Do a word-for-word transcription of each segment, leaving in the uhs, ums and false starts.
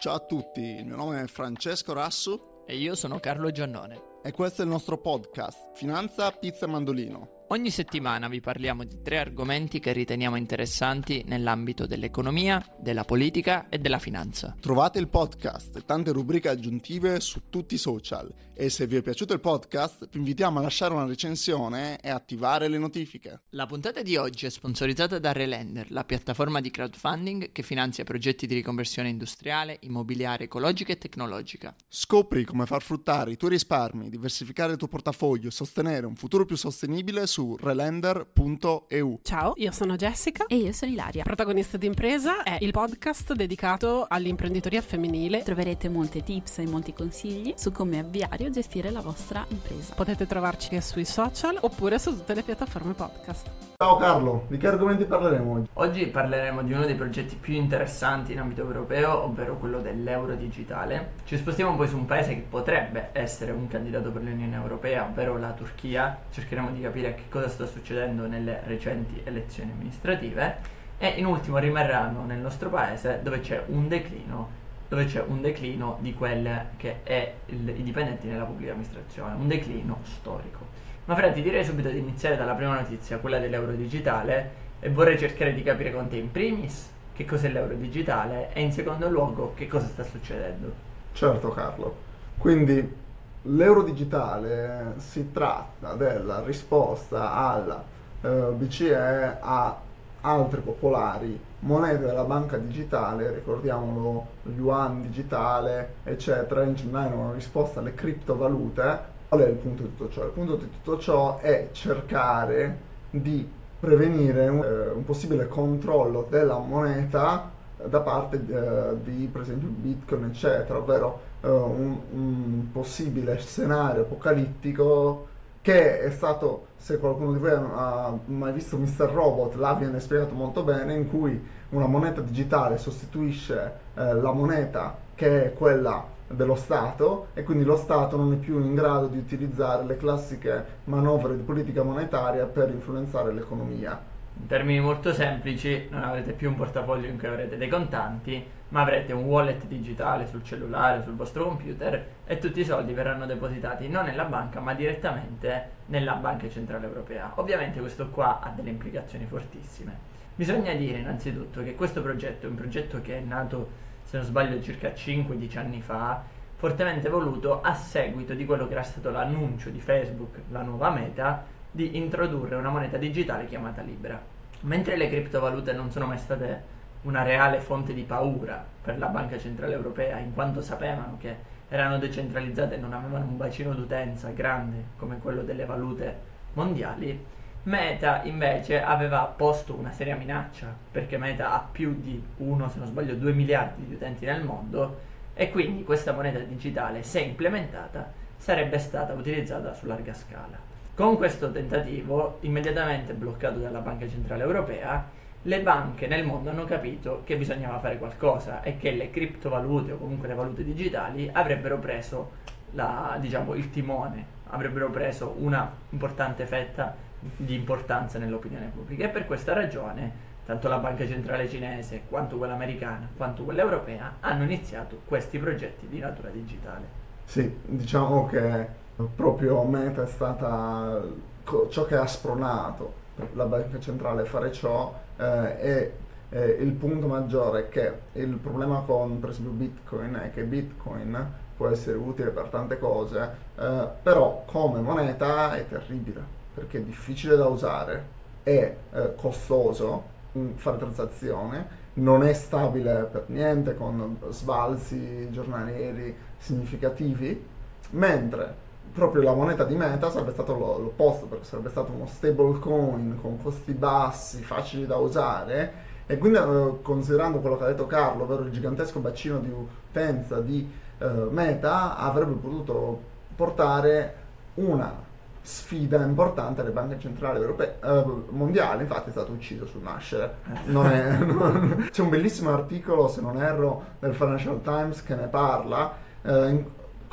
Ciao a tutti, il mio nome è Francesco Rassu e io sono Carlo Giannone e questo è il nostro podcast Finanza, Pizza e Mandolino. Ogni settimana vi parliamo di tre argomenti che riteniamo interessanti nell'ambito dell'economia, della politica e della finanza. Trovate il podcast e tante rubriche aggiuntive su tutti i social e se vi è piaciuto il podcast vi invitiamo a lasciare una recensione e attivare le notifiche. La puntata di oggi è sponsorizzata da Relender, la piattaforma di crowdfunding che finanzia progetti di riconversione industriale, immobiliare, ecologica e tecnologica. Scopri come far fruttare i tuoi risparmi, diversificare il tuo portafoglio e sostenere un futuro più sostenibile su relender punto e u. Ciao, io sono Jessica e io sono Ilaria. Protagonista di Impresa è il podcast dedicato all'imprenditoria femminile. Troverete molte tips e molti consigli su come avviare o gestire la vostra impresa. Potete trovarci sui social oppure su tutte le piattaforme podcast. Ciao Carlo, di che argomenti parleremo oggi? Oggi parleremo di uno dei progetti più interessanti in ambito europeo, ovvero quello dell'euro digitale. Ci spostiamo poi su un paese che potrebbe essere un candidato per l'Unione Europea, ovvero la Turchia. Cercheremo di capire che cosa sta succedendo nelle recenti elezioni amministrative e in ultimo rimarranno nel nostro paese dove c'è un declino dove c'è un declino di quelle che è il, i dipendenti nella pubblica amministrazione, un declino storico. Ma Fra, ti direi subito di iniziare dalla prima notizia, quella dell'euro digitale, e vorrei cercare di capire con te in primis che cos'è l'euro digitale e in secondo luogo che cosa sta succedendo. Certo Carlo, quindi l'euro digitale si tratta della risposta alla eh, B C E a altre popolari monete della banca digitale, ricordiamolo, yuan digitale, eccetera, in generale una risposta alle criptovalute. Qual è il punto di tutto ciò? Il punto di tutto ciò è cercare di prevenire un, eh, un possibile controllo della moneta da parte eh, di, per esempio, Bitcoin, eccetera, ovvero eh, un, un possibile scenario apocalittico che è stato, se qualcuno di voi ha mai visto mister Robot, là viene spiegato molto bene, in cui una moneta digitale sostituisce eh, la moneta che è quella dello Stato e quindi lo Stato non è più in grado di utilizzare le classiche manovre di politica monetaria per influenzare l'economia. In termini molto semplici, non avrete più un portafoglio in cui avrete dei contanti, ma avrete un wallet digitale sul cellulare, sul vostro computer e tutti i soldi verranno depositati non nella banca ma direttamente nella Banca Centrale Europea. Ovviamente questo qua ha delle implicazioni fortissime. Bisogna dire innanzitutto che questo progetto è un progetto che è nato, se non sbaglio, circa cinque dieci anni fa, fortemente voluto a seguito di quello che era stato l'annuncio di Facebook, la nuova Meta, di introdurre una moneta digitale chiamata Libra. Mentre le criptovalute non sono mai state una reale fonte di paura per la Banca Centrale Europea, in quanto sapevano che erano decentralizzate e non avevano un bacino d'utenza grande come quello delle valute mondiali, Meta invece aveva posto una seria minaccia, perché Meta ha più di uno, se non sbaglio, due miliardi di utenti nel mondo e quindi questa moneta digitale, se implementata, sarebbe stata utilizzata su larga scala. Con questo tentativo, immediatamente bloccato dalla Banca Centrale Europea, le banche nel mondo hanno capito che bisognava fare qualcosa e che le criptovalute o comunque le valute digitali avrebbero preso la, diciamo, il timone, avrebbero preso una importante fetta di importanza nell'opinione pubblica e per questa ragione tanto la Banca Centrale cinese quanto quella americana quanto quella europea hanno iniziato questi progetti di natura digitale. Sì, diciamo che proprio Meta è stata ciò che ha spronato la Banca Centrale a fare ciò eh, e eh, il punto maggiore è che il problema con per esempio Bitcoin è che Bitcoin può essere utile per tante cose, eh, però come moneta è terribile perché è difficile da usare, è eh, costoso fare transazione, non è stabile per niente con sbalzi giornalieri significativi, mentre proprio la moneta di Meta sarebbe stato l'opposto, perché sarebbe stato uno stable coin con costi bassi, facili da usare e quindi eh, considerando quello che ha detto Carlo, ovvero il gigantesco bacino di utenza di eh, Meta, avrebbe potuto portare una sfida importante alle banche centrali europee, eh, mondiali. Infatti è stato ucciso sul nascere. Non è, non... C'è un bellissimo articolo, se non erro, del Financial Times che ne parla, eh, in,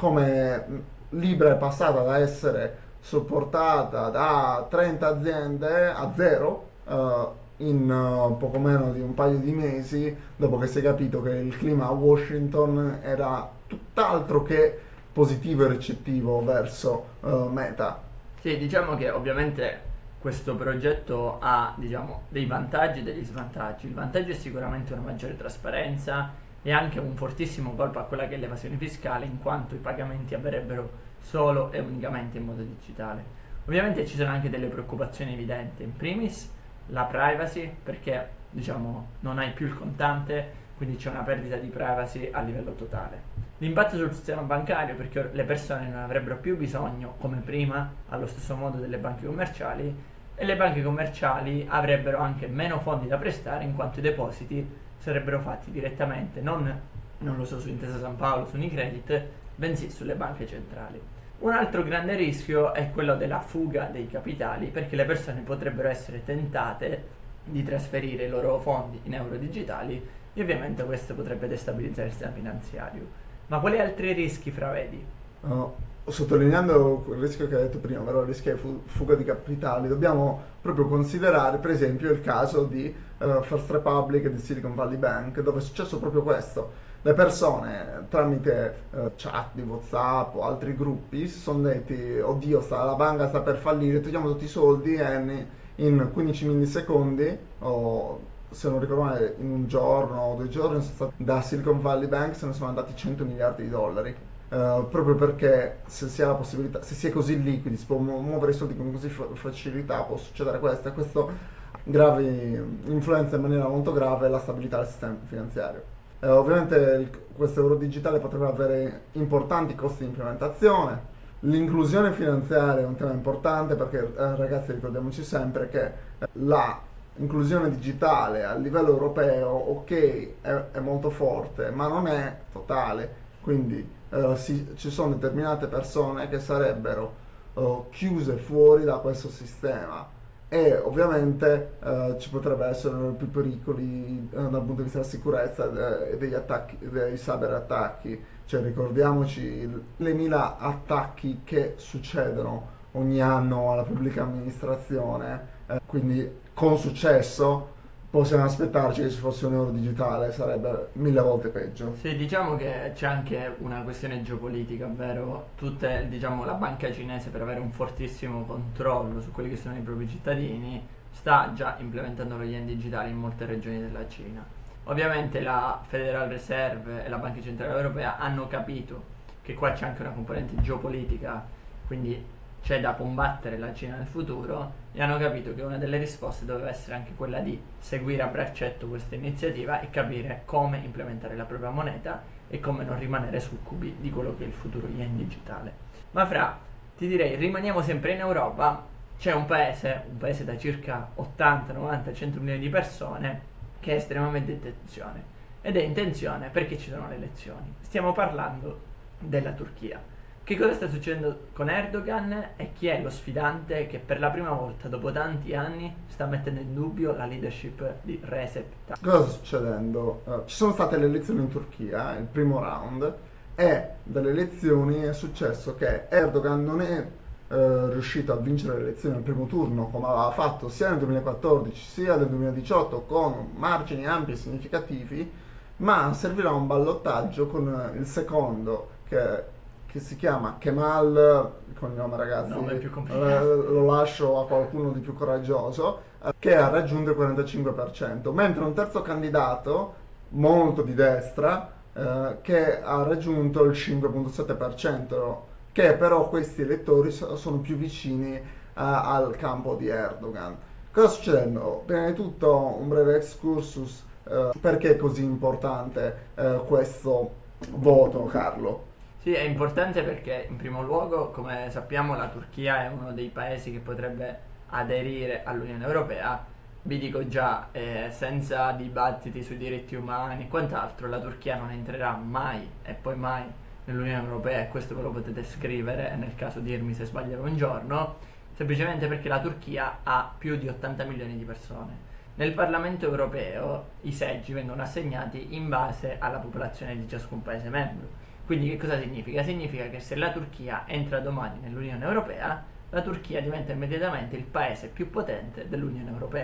come Libra è passata da essere sopportata da trenta aziende a zero, eh, in uh, poco meno di un paio di mesi, dopo che si è capito che il clima a Washington era tutt'altro che positivo e ricettivo verso uh, Meta. Sì, diciamo che ovviamente questo progetto ha, diciamo, dei vantaggi e degli svantaggi. Il vantaggio è sicuramente una maggiore trasparenza e anche un fortissimo colpo a quella che è l'evasione fiscale, in quanto i pagamenti avverrebbero solo e unicamente in modo digitale. Ovviamente ci sono anche delle preoccupazioni evidenti, in primis la privacy, perché diciamo non hai più il contante, quindi c'è una perdita di privacy a livello totale. L'impatto sul sistema bancario, perché le persone non avrebbero più bisogno, come prima, allo stesso modo delle banche commerciali, e le banche commerciali avrebbero anche meno fondi da prestare, in quanto i depositi sarebbero fatti direttamente, non, non lo so, su Intesa San Paolo, su Unicredit, bensì sulle banche centrali. Un altro grande rischio è quello della fuga dei capitali, perché le persone potrebbero essere tentate di trasferire i loro fondi in euro digitali e ovviamente questo potrebbe destabilizzare il sistema finanziario. Ma quali altri rischi fravedi? Uh, sottolineando il rischio che hai detto prima, ovvero il rischio di fu- fuga di capitali, dobbiamo proprio considerare per esempio il caso di uh, First Republic e di Silicon Valley Bank, dove è successo proprio questo. Le persone tramite uh, chat di WhatsApp o altri gruppi si sono detti: oddio, sta, la banca sta per fallire, togliamo tutti i soldi e in quindici millisecondi, o se non ricordo male in un giorno o due giorni, sono stati, da Silicon Valley Bank se ne sono andati cento miliardi di dollari. Uh, proprio perché se si ha la possibilità, se si è così liquidi, si può mu- muovere i soldi con così fa- facilità, può succedere questo, e questo grave, influenza in maniera molto grave la stabilità del sistema finanziario. Uh, ovviamente il, questo euro digitale potrebbe avere importanti costi di implementazione. L'inclusione finanziaria è un tema importante perché, eh, ragazzi, ricordiamoci sempre che eh, la inclusione digitale a livello europeo, ok, è, è molto forte, ma non è totale, quindi Uh, si, ci sono determinate persone che sarebbero uh, chiuse fuori da questo sistema e ovviamente uh, ci potrebbe essere più pericoli uh, dal punto di vista della sicurezza e degli attacchi, dei cyber attacchi. Cioè, ricordiamoci il, le mila attacchi che succedono ogni anno alla pubblica amministrazione, uh, quindi con successo possiamo aspettarci che ci fosse un euro digitale, sarebbe mille volte peggio. Sì, diciamo che c'è anche una questione geopolitica, ovvero tutte, diciamo, la banca cinese, per avere un fortissimo controllo su quelli che sono i propri cittadini, sta già implementando lo yen digitale in molte regioni della Cina. Ovviamente la Federal Reserve e la Banca Centrale Europea hanno capito che qua c'è anche una componente geopolitica, quindi c'è da combattere la Cina nel futuro, e hanno capito che una delle risposte doveva essere anche quella di seguire a braccetto questa iniziativa e capire come implementare la propria moneta e come non rimanere succubi di quello che è il futuro yen digitale. Ma Fra, ti direi, rimaniamo sempre in Europa. C'è un paese, un paese da circa ottanta, novanta, cento milioni di persone che è estremamente in tensione, ed è in tensione perché ci sono le elezioni. Stiamo parlando della Turchia. Che cosa sta succedendo con Erdogan e chi è lo sfidante che per la prima volta dopo tanti anni sta mettendo in dubbio la leadership di Recep Tayyip? Cosa sta succedendo? Uh, ci sono state le elezioni in Turchia, il primo round, e dalle elezioni è successo che Erdogan non è uh, riuscito a vincere le elezioni al primo turno come aveva fatto sia nel duemilaquattordici sia nel duemiladiciotto con margini ampi e significativi, ma servirà un ballottaggio con il secondo che che si chiama Kemal, il cognome, ragazzi, nome più complicato, eh, lo lascio a qualcuno di più coraggioso, eh, che ha raggiunto il quarantacinque per cento, mentre un terzo candidato, molto di destra, eh, che ha raggiunto il cinque virgola sette per cento, che però questi elettori so- sono più vicini eh, al campo di Erdogan. Cosa sta succedendo? Prima di tutto un breve excursus, eh, perché è così importante eh, questo voto, Carlo? Sì, è importante perché in primo luogo, come sappiamo, la Turchia è uno dei paesi che potrebbe aderire all'Unione Europea. Vi dico già, eh, senza dibattiti sui diritti umani e quant'altro, la Turchia non entrerà mai e poi mai nell'Unione Europea, e questo ve lo potete scrivere e nel caso dirmi se sbaglierò un giorno, semplicemente perché la Turchia ha più di ottanta milioni di persone. Nel Parlamento Europeo i seggi vengono assegnati in base alla popolazione di ciascun paese membro. Quindi che cosa significa? Significa che se la Turchia entra domani nell'Unione Europea, la Turchia diventa immediatamente il paese più potente dell'Unione Europea.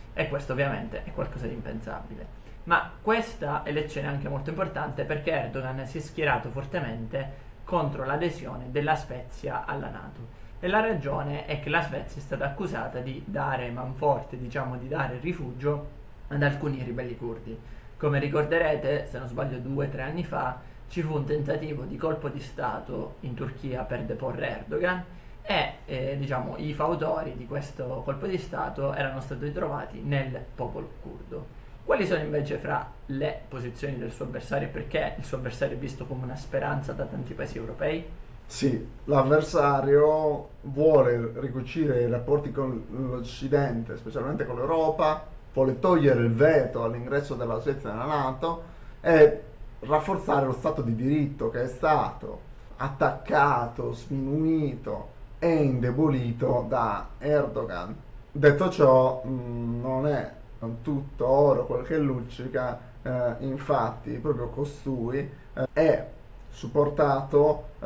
e questo ovviamente è qualcosa di impensabile. Ma questa elezione è anche molto importante perché Erdogan si è schierato fortemente contro l'adesione della Svezia alla NATO. E la ragione è che la Svezia è stata accusata di dare manforte, diciamo di dare rifugio ad alcuni ribelli curdi. Come ricorderete, se non sbaglio due o tre anni fa, ci fu un tentativo di colpo di Stato in Turchia per deporre Erdogan e eh, diciamo, i fautori di questo colpo di Stato erano stati trovati nel popolo curdo. Quali sono invece fra le posizioni del suo avversario e perché il suo avversario è visto come una speranza da tanti paesi europei? Sì, l'avversario vuole ricucire i rapporti con l'Occidente, specialmente con l'Europa, vuole togliere il veto all'ingresso della Svezia nella NATO e rafforzare lo Stato di diritto che è stato attaccato, sminuito e indebolito da Erdogan. Detto ciò, mh, non è tutto oro quel che luccica, eh, infatti proprio costui eh, è supportato eh,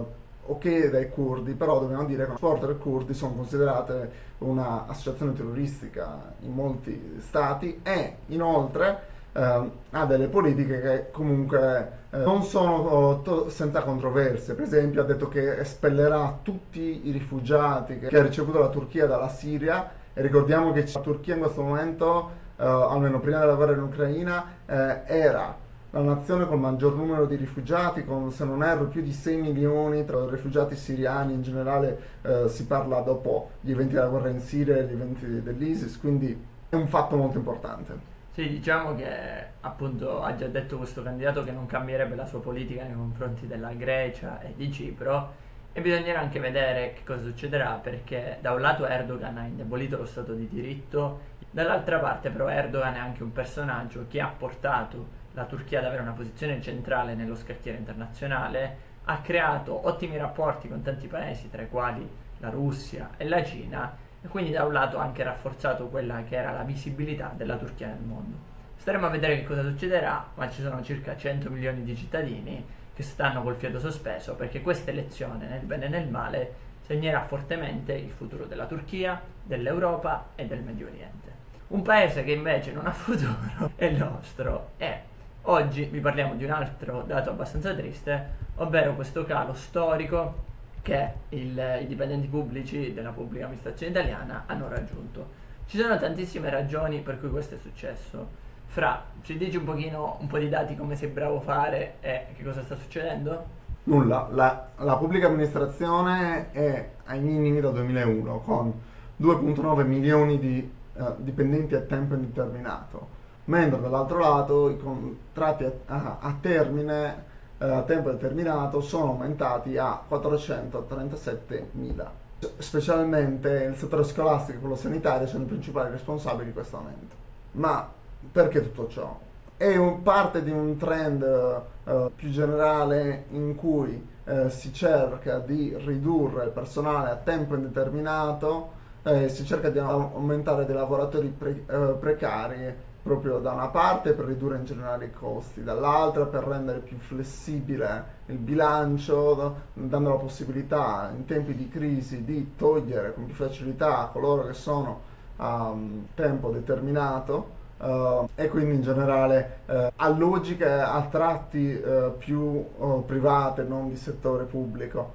ok dai curdi, però dobbiamo dire che i supporter curdi sono considerate un'associazione terroristica in molti stati e inoltre eh, ha delle politiche che comunque eh, non sono to- senza controversie. Per esempio ha detto che espellerà tutti i rifugiati che, che ha ricevuto la Turchia dalla Siria, e ricordiamo che la Turchia in questo momento, eh, almeno prima della guerra in Ucraina, eh, era la nazione col maggior numero di rifugiati, con, se non erro, più di sei milioni tra rifugiati siriani. In generale eh, si parla dopo gli eventi della guerra in Siria e gli eventi dell'ISIS, quindi è un fatto molto importante. Sì, diciamo che appunto ha già detto questo candidato che non cambierebbe la sua politica nei confronti della Grecia e di Cipro, e bisognerà anche vedere che cosa succederà, perché da un lato Erdogan ha indebolito lo Stato di diritto, dall'altra parte però Erdogan è anche un personaggio che ha portato la Turchia ad avere una posizione centrale nello scacchiere internazionale, ha creato ottimi rapporti con tanti paesi, tra i quali la Russia e la Cina, e quindi da un lato ha anche rafforzato quella che era la visibilità della Turchia nel mondo. Staremo a vedere che cosa succederà, ma ci sono circa cento milioni di cittadini che stanno col fiato sospeso, perché questa elezione, nel bene e nel male, segnerà fortemente il futuro della Turchia, dell'Europa e del Medio Oriente. Un paese che invece non ha futuro è il nostro, e oggi vi parliamo di un altro dato abbastanza triste, ovvero questo calo storico che il, i dipendenti pubblici della pubblica amministrazione italiana hanno raggiunto. Ci sono tantissime ragioni per cui questo è successo. Fra, ci dici un pochino, un po' di dati, come sei bravo a fare e che cosa sta succedendo? Nulla, la, la pubblica amministrazione è ai minimi dal duemilauno, con due virgola nove milioni di uh, dipendenti a tempo indeterminato, mentre dall'altro lato i contratti a, a, a termine uh, a tempo determinato sono aumentati a quattrocentotrentasette mila. Specialmente il settore scolastico e quello sanitario sono i principali responsabili di questo aumento. Ma perché tutto ciò? È un, parte di un trend uh, più generale in cui uh, si cerca di ridurre il personale a tempo indeterminato, eh, si cerca di aumentare dei lavoratori pre- uh, precari, proprio da una parte per ridurre in generale i costi, dall'altra per rendere più flessibile il bilancio, dando la possibilità in tempi di crisi di togliere con più facilità coloro che sono a um, tempo determinato. Uh, e quindi in generale uh, ha logiche a tratti uh, più uh, private, non di settore pubblico,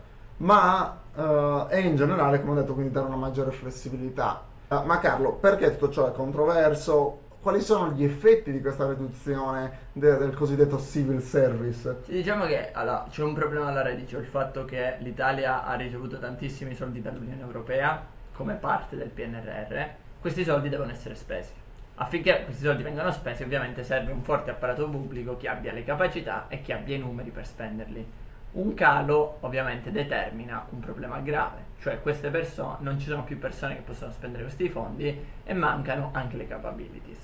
ma uh, è in generale, come ho detto, quindi dare una maggiore flessibilità. Uh, ma Carlo, perché tutto ciò è controverso? Quali sono gli effetti di questa riduzione de- del cosiddetto civil service? Sì, diciamo che allora, c'è un problema alla radice, il fatto che l'Italia ha ricevuto tantissimi soldi dall'Unione Europea come parte del P N R R. Questi soldi devono essere spesi. Affinché questi soldi vengano spesi, ovviamente serve un forte apparato pubblico che abbia le capacità e che abbia i numeri per spenderli. Un calo ovviamente determina un problema grave, cioè queste persone, non ci sono più persone che possono spendere questi fondi e mancano anche le capabilities.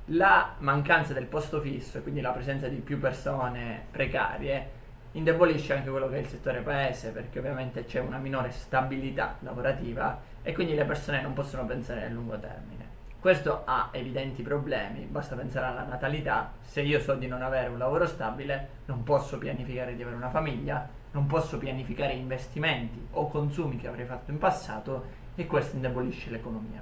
La mancanza del posto fisso e quindi la presenza di più persone precarie indebolisce anche quello che è il settore paese, perché ovviamente c'è una minore stabilità lavorativa e quindi le persone non possono pensare a lungo termine. Questo ha evidenti problemi, basta pensare alla natalità. Se io so di non avere un lavoro stabile, non posso pianificare di avere una famiglia, non posso pianificare investimenti o consumi che avrei fatto in passato, e questo indebolisce l'economia.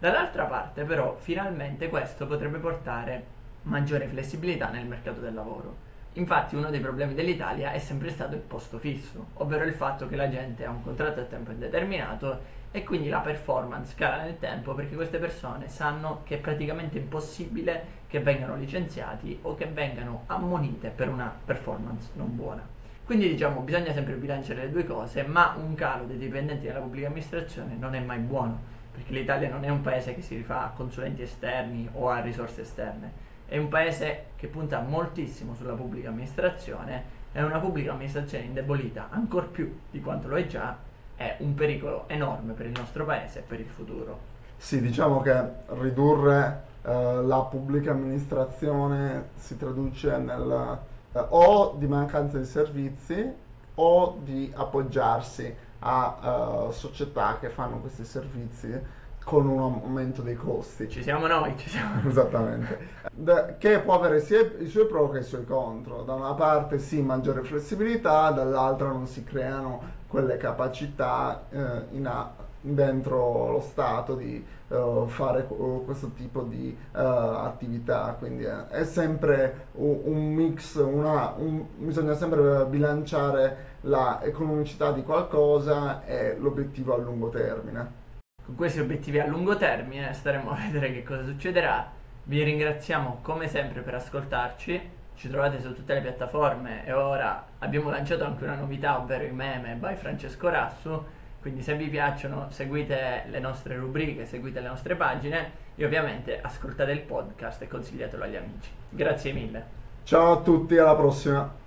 Dall'altra parte però finalmente questo potrebbe portare maggiore flessibilità nel mercato del lavoro. Infatti uno dei problemi dell'Italia è sempre stato il posto fisso, ovvero il fatto che la gente ha un contratto a tempo indeterminato e quindi la performance cala nel tempo perché queste persone sanno che è praticamente impossibile che vengano licenziati o che vengano ammonite per una performance non buona. Quindi diciamo bisogna sempre bilanciare le due cose, ma un calo dei dipendenti della pubblica amministrazione non è mai buono, perché l'Italia non è un paese che si rifà a consulenti esterni o a risorse esterne. È un paese che punta moltissimo sulla pubblica amministrazione, è una pubblica amministrazione indebolita ancor più di quanto lo è già, è un pericolo enorme per il nostro paese e per il futuro. Sì, diciamo che ridurre eh, la pubblica amministrazione si traduce nel eh, o di mancanza di servizi o di appoggiarsi a uh, società che fanno questi servizi con un aumento dei costi. Ci siamo noi, ci siamo. Esattamente. Da, che può avere sia i suoi pro che i suoi contro. Da una parte sì, maggiore flessibilità, dall'altra non si creano quelle capacità eh, in a, dentro lo Stato di uh, fare uh, questo tipo di uh, attività. Quindi eh, è sempre un, un mix, una, un, bisogna sempre bilanciare la economicità di qualcosa e l'obiettivo a lungo termine. Con questi obiettivi a lungo termine staremo a vedere che cosa succederà. Vi ringraziamo come sempre per ascoltarci, ci trovate su tutte le piattaforme e ora abbiamo lanciato anche una novità, ovvero i meme by Francesco Rassu, quindi se vi piacciono seguite le nostre rubriche, seguite le nostre pagine e ovviamente ascoltate il podcast e consigliatelo agli amici. Grazie mille. Ciao a tutti, alla prossima.